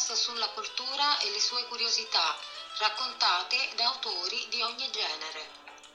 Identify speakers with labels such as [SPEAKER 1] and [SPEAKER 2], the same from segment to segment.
[SPEAKER 1] podcast sulla cultura e le sue curiosità, raccontate da autori di ogni genere.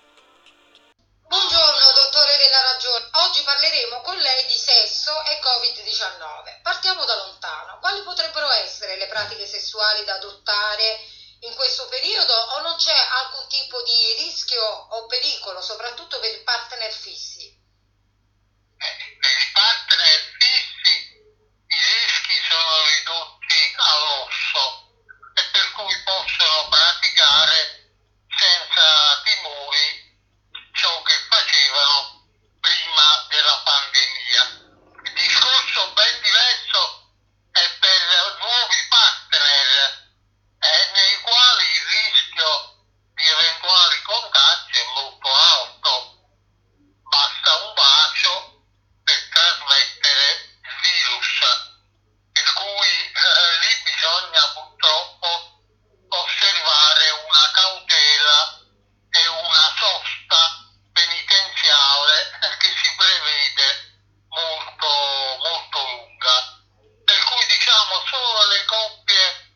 [SPEAKER 2] Buongiorno dottore della ragione, oggi parleremo con lei di sesso e Covid-19. Partiamo da lontano. Quali potrebbero essere le pratiche sessuali da adottare in questo periodo o non c'è alcun tipo di rischio o pericolo, soprattutto per i partner fissi?
[SPEAKER 3] Per i partner fissi i rischi sono ridotti all'osso e per cui possono praticare senza timori ciò che facevano prima della pandemia. Il discorso ben diverso è per nuovi partner nei quali il rischio di eventuali contagi è molto alto. Basta un bacio per trasmettere il virus, per cui lì bisogna purtroppo osservare una cautela e una sosta penitenziale che si prevede molto, molto lunga. Per cui diciamo solo le coppie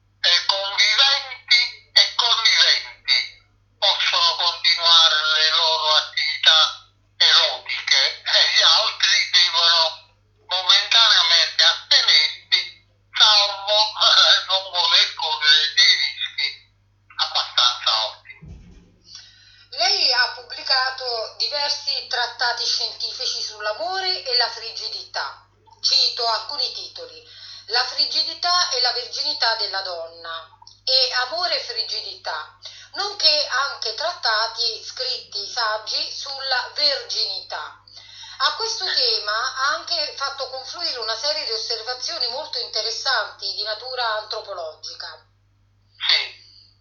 [SPEAKER 3] conviventi e conviventi possono continuare le loro attività erotiche e gli altri devono momentaneamente astenersi, salvo non voler correre dei rischi abbastanza alti.
[SPEAKER 2] Lei ha pubblicato diversi trattati scientifici sull'amore e la frigidità. Cito alcuni titoli: La frigidità e la verginità della donna e Amore e frigidità, nonché anche trattati scritti saggi sulla verginità. A questo tema ha anche fatto confluire una serie di osservazioni molto interessanti di natura antropologica.
[SPEAKER 3] Sì,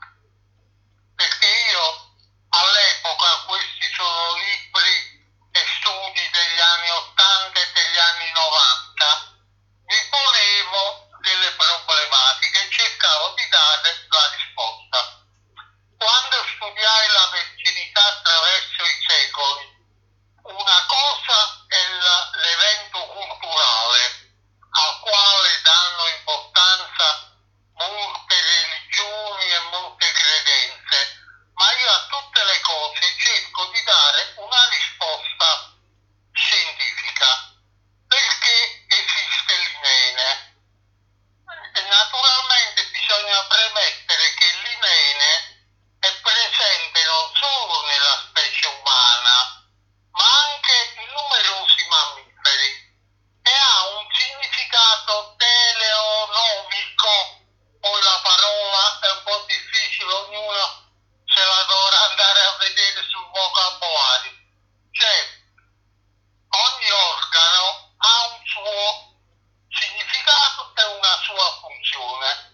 [SPEAKER 3] perché io all'epoca, questi sono libri e studi degli anni 80 e degli anni 90, mi ponevo delle problematiche e cercavo di dare la risposta. Quando studiai la verginità attraverso i secoli, una cosa è l'evento culturale al quale danno importanza molte religioni e molte credenze, ma io a tutte le cose cerco di dare una risposta scientifica. Perché esiste l'imene? Naturalmente bisogna premettere che l'imene è presente non solo nella specie umana, ma anche in numerosi mammiferi e ha un significato teleonomico. Poi la parola è un po' difficile, ognuno se la dovrà andare a vedere sul vocabolario. Cioè, ogni organo ha un suo significato e una sua funzione.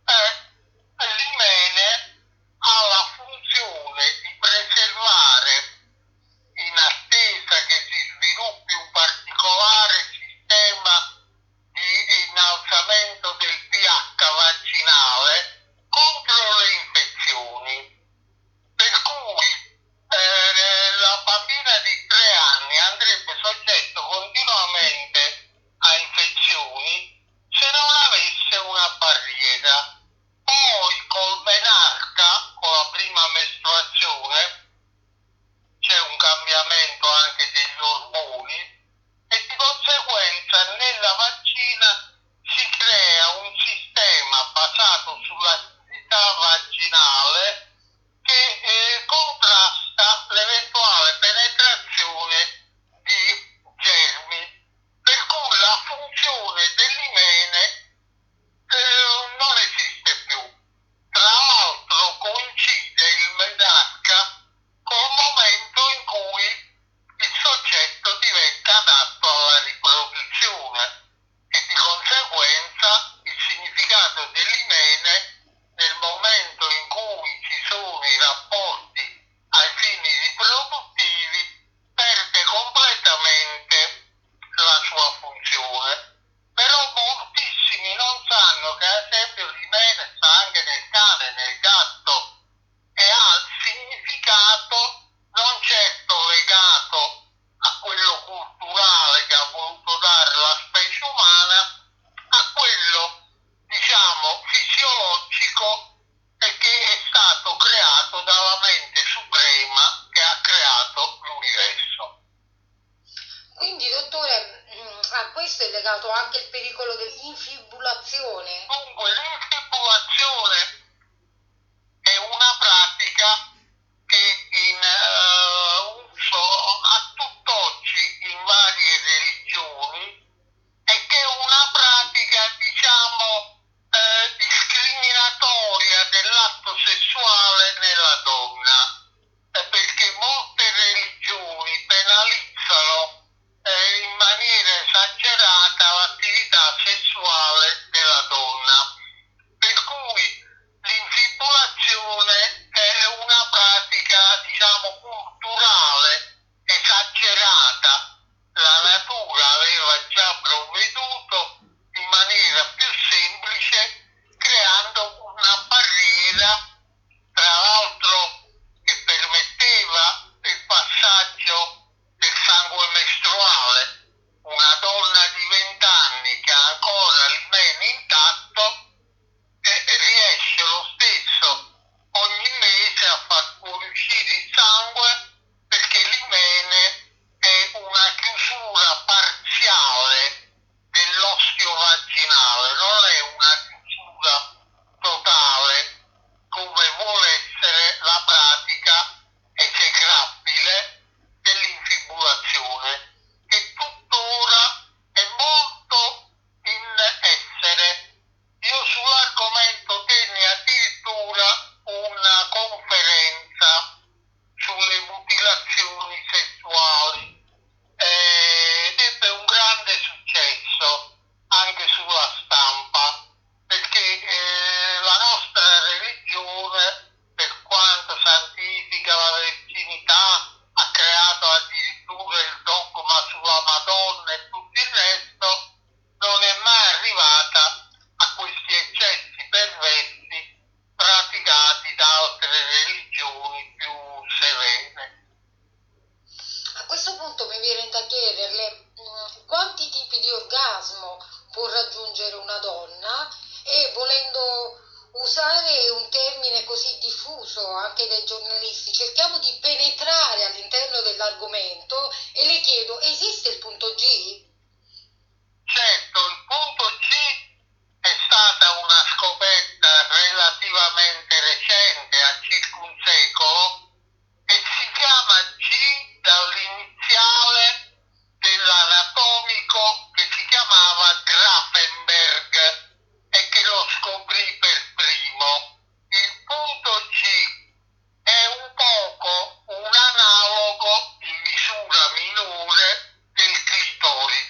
[SPEAKER 3] L'imene ha la funzione di preservare, in attesa che si sviluppi un particolare sistema di innalzamento del pH vaginale, contro le infezioni. Per cui la bambina di 3 anni andrebbe soggetta continuamente a infezioni se non avesse una barriera. Poi col menarca, con la prima mestruazione, c'è un cambiamento anche degli ormoni e di conseguenza nella vagina si crea un sistema basato sull'attività vaginale che contrasta l'eventuale penetrazione di germi, per cui la funzione dell'imene non esiste più. Tra l'altro coincide il menarca col momento in cui il soggetto diventa adatto alla riproduzione e di conseguenza il significato dell'imene nel momento in cui ci sono i rapporti ai fini riproduttivi perde completamente la sua funzione. Però
[SPEAKER 2] il pericolo dell'infibulazione?
[SPEAKER 3] Dunque, l'infibulazione è una pratica che in uso a tutt'oggi in varie religioni e che è una pratica, diciamo, discriminatoria dell'atto sessuale nella donna, perché molte religioni penalizzano in maniera esagerata l'attività sessuale della donna, per cui l'infibulazione è una pratica, diciamo, culturale esagerata. La natura aveva già provveduto in maniera più semplice, creando una barriera, tra l'altro, che permetteva il passaggio del sangue mestruale. Una donna di 20 anni che ha ancora l'imene intatto riesce lo stesso ogni mese a far fuoriuscire il sangue, perché l'imene è una chiusura parziale dell'osteo vaginale, non è una chiusura totale come vuole essere la pratica esecrabile dell'infibulazione, che tuttora è molto in essere. Io sull'argomento tenni addirittura una conferenza sulle mutilazioni sessuali ed ebbe un grande successo anche sulla stampa, perché la nostra religione, per quanto santifica la verginità, ha creato addirittura il dogma sulla Madonna e tutto il resto, non è mai arrivata a questi eccessi perversi praticati da altre religioni più severe.
[SPEAKER 2] A questo punto mi viene da chiederle quanti tipi di orgasmo può raggiungere una donna, e volendo usare un termine così diffuso anche dai giornalisti, cerchiamo di penetrare all'interno dell'argomento e le chiedo, esiste il punto G?
[SPEAKER 3] Certo, il punto G è stata una scoperta relativamente recente, a circa un secolo, e si chiama G dall'iniziale dell'anatomico che si chiamava Grafenberg e che lo scoprì per primo. Il punto G è un poco un analogo in misura minore del clitoride.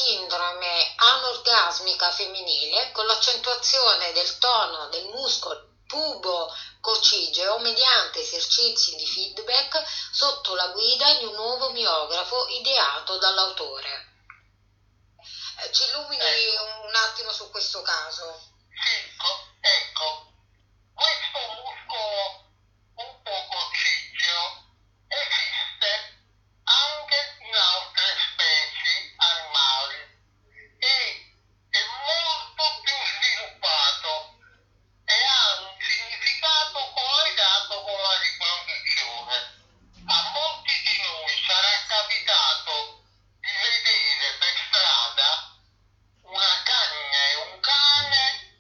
[SPEAKER 2] sindrome anorgasmica femminile con l'accentuazione del tono del muscolo pubo-cocigeo mediante esercizi di feedback sotto la guida di un nuovo miografo ideato dall'autore. Ci illumini un attimo su questo caso?
[SPEAKER 3] Sì, ecco, questo muscolo pubo-cocigeo esiste anche in altre specie animali e è molto più sviluppato e ha un significato collegato con la riproduzione. A molti di noi sarà capitato di vedere per strada una cagna e un cane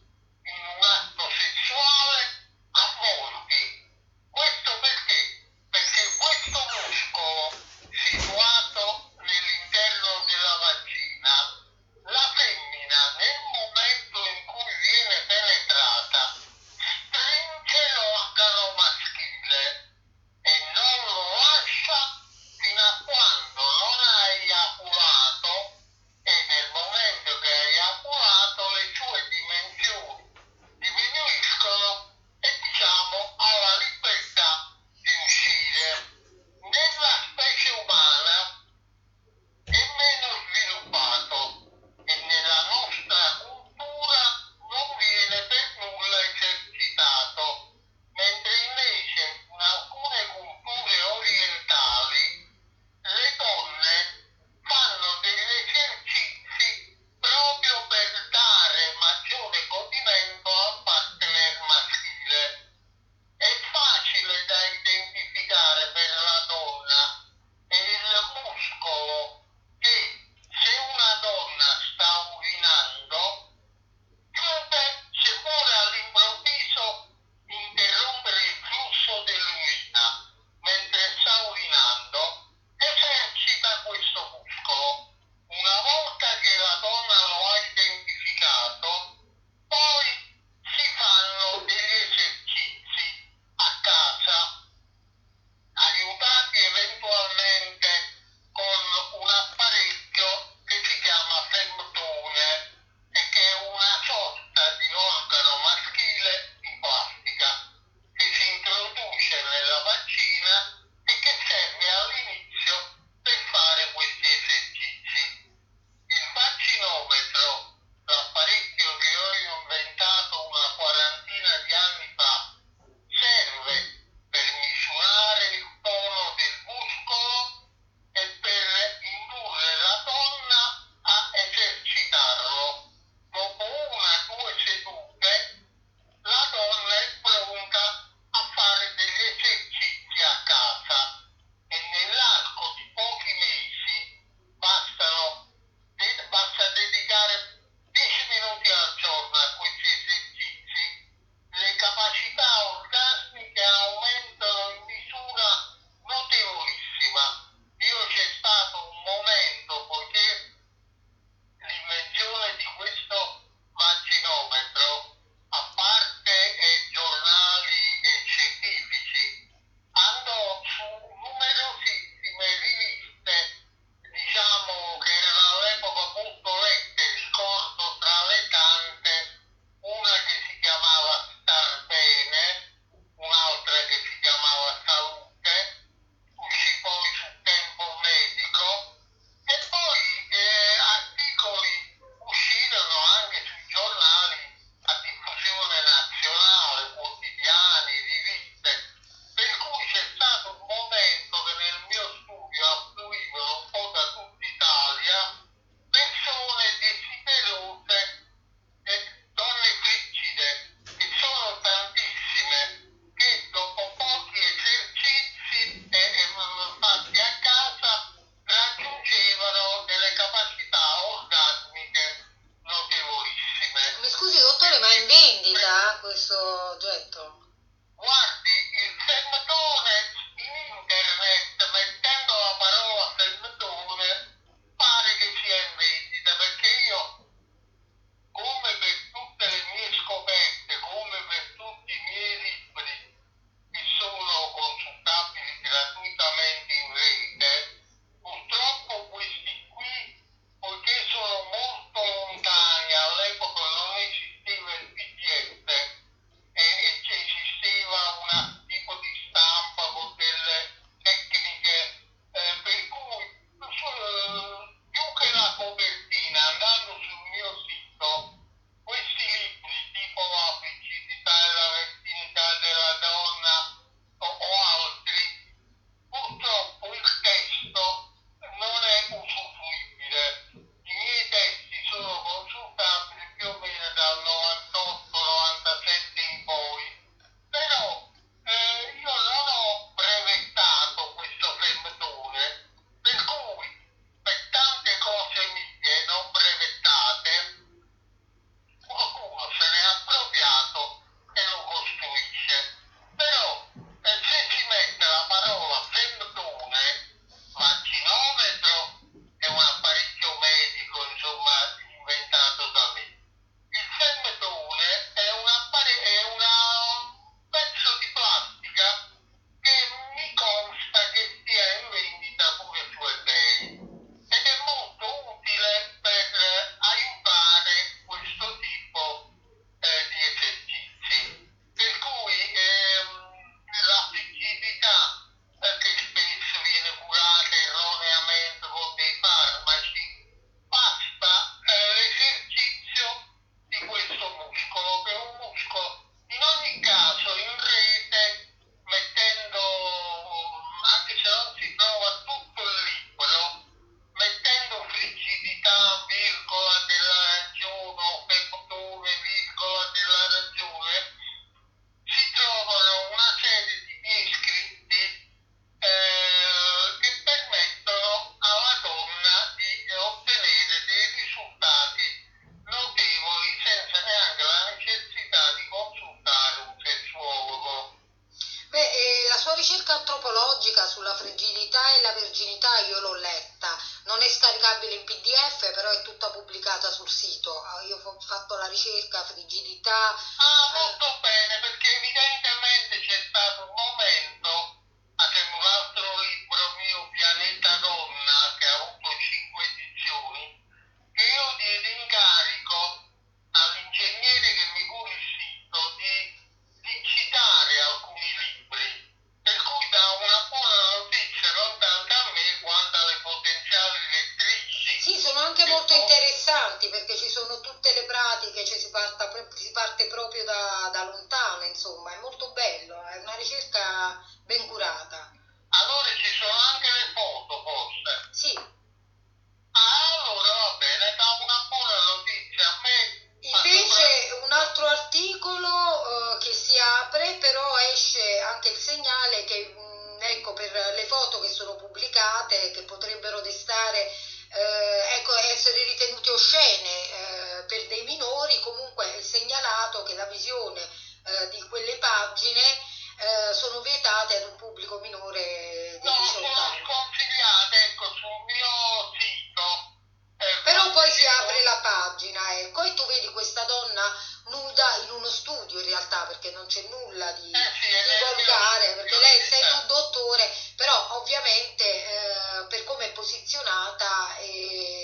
[SPEAKER 2] ricerca frigidità.
[SPEAKER 3] Molto bene, perché evidentemente c'è stato un momento, anche in un altro libro mio, Pianeta Donna, che ha avuto 5 edizioni, che io diedi incarico all'ingegnere che mi cura il sito di citare alcuni libri, per cui dà una buona notizia non tanto a me quanto alle potenziali lettrici.
[SPEAKER 2] Sì, sono anche molto interessanti perché ci sono tutte le pratiche, cioè si parte proprio da lontano, insomma, è molto bello, è una ricerca ben curata.
[SPEAKER 3] Allora ci sono anche le foto, forse.
[SPEAKER 2] Sì.
[SPEAKER 3] Allora va bene, dà una buona notizia a me.
[SPEAKER 2] Invece un altro articolo che si apre, però esce anche il segnale che ecco, per le foto che sono pubblicate, che potrebbero destare ecco, essere ritenute oscene per dei minori, comunque è segnalato che la visione di quelle pagine sono vietate ad un pubblico minore di 18
[SPEAKER 3] sono
[SPEAKER 2] anni.
[SPEAKER 3] sconsigliate, ecco, sul mio sito.
[SPEAKER 2] Però poi si apre la pagina, ecco, e tu vedi questa donna nuda in uno studio in realtà, perché non c'è nulla di volgare, perché lei sei tu dottore, però ovviamente per come è posizionata